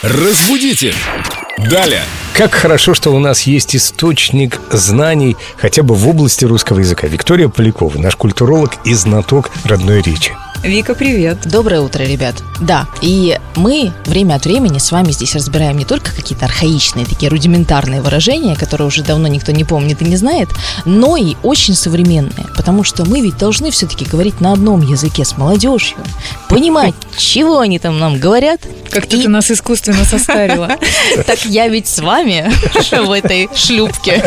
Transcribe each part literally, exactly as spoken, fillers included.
Разбудите! Далее! Как хорошо, что у нас есть источник знаний хотя бы в области русского языка. Виктория Полякова, наш культуролог и знаток родной речи. Вика, привет. Доброе утро, ребят. Да, и мы время от времени с вами здесь разбираем не только какие-то архаичные, такие рудиментарные выражения, которые уже давно никто не помнит и не знает, но и очень современные, потому что мы ведь должны все-таки говорить на одном языке с молодежью, понимать, чего они там нам говорят. Как ты нас искусственно состарила. Так я ведь с вами в этой шлюпке.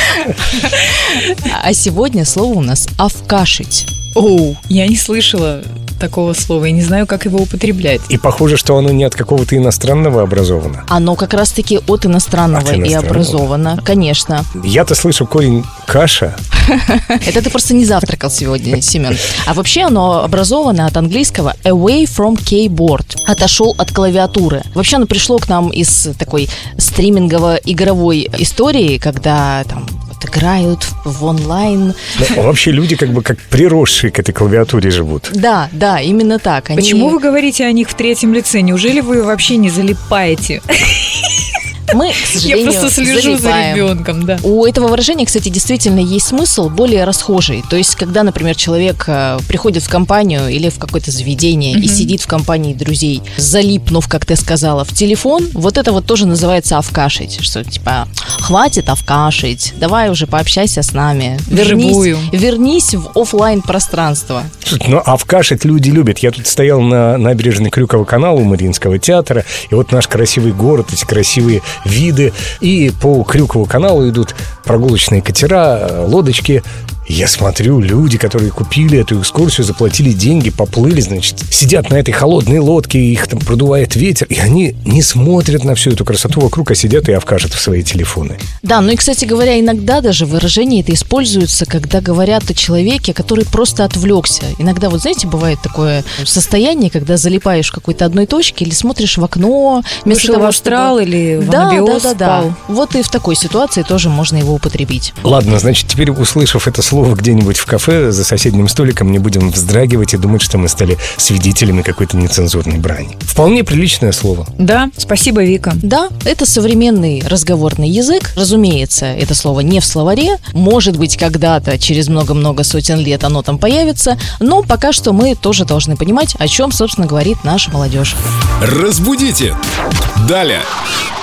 А сегодня слово у нас «овкашить». Оу, я не слышала такого слова, я не знаю, как его употреблять. И похоже, что оно не от какого-то иностранного образовано. Оно как раз-таки от иностранного, От иностранного. и образовано, конечно. Я-то слышу корень «каша». Это ты просто не завтракал сегодня, Семен. А вообще оно образовано от английского away from keyboard. Отошел от клавиатуры. Вообще оно пришло к нам из такой стримингово-игровой истории, когда там играют в онлайн. Ну, вообще люди как бы как приросшие к этой клавиатуре живут. Да, да, именно так. Они... Почему вы говорите о них в третьем лице? Неужели вы вообще не залипаете? Мы, к сожалению, Я просто слежу залипаем. за ребенком, да. У этого выражения, кстати, действительно есть смысл более расхожий. То есть, когда, например, человек э, приходит в компанию или в какое-то заведение mm-hmm. и сидит в компании друзей, залипнув, как ты сказала, в телефон, вот это вот тоже называется овкашить. Что типа, хватит овкашить, давай уже пообщайся с нами. Вернись, вернись в офлайн пространство. Ну, овкашить люди любят. Я тут стоял на набережной Крюкового канала у Мариинского театра, и вот наш красивый город, эти красивые виды, и по Крюкову каналу идут прогулочные катера, лодочки. Я смотрю, люди, которые купили эту экскурсию, заплатили деньги, поплыли, значит, сидят на этой холодной лодке, их там продувает ветер, и они не смотрят на всю эту красоту вокруг, а сидят и овкашат в свои телефоны. Да, ну и, кстати говоря, иногда даже выражение это используется, когда говорят о человеке, который просто отвлекся. Иногда, вот знаете, бывает такое состояние, когда залипаешь в какой-то одной точке или смотришь в окно, вместо Вышел того, в астрал чтобы... или в да, анабиоз да, да, да. спал. Вот и в такой ситуации тоже можно его употребить. Ладно, значит, теперь, услышав это слово где-нибудь в кафе за соседним столиком, не будем вздрагивать и думать, что мы стали свидетелями какой-то нецензурной брани. Вполне приличное слово. Да, спасибо, Вика. Да, это современный разговорный язык. Разумеется, это слово не в словаре. Может быть, когда-то, через много-много сотен лет оно там появится. Но пока что мы тоже должны понимать, о чем, собственно, говорит наша молодежь. Разбудите! Далее!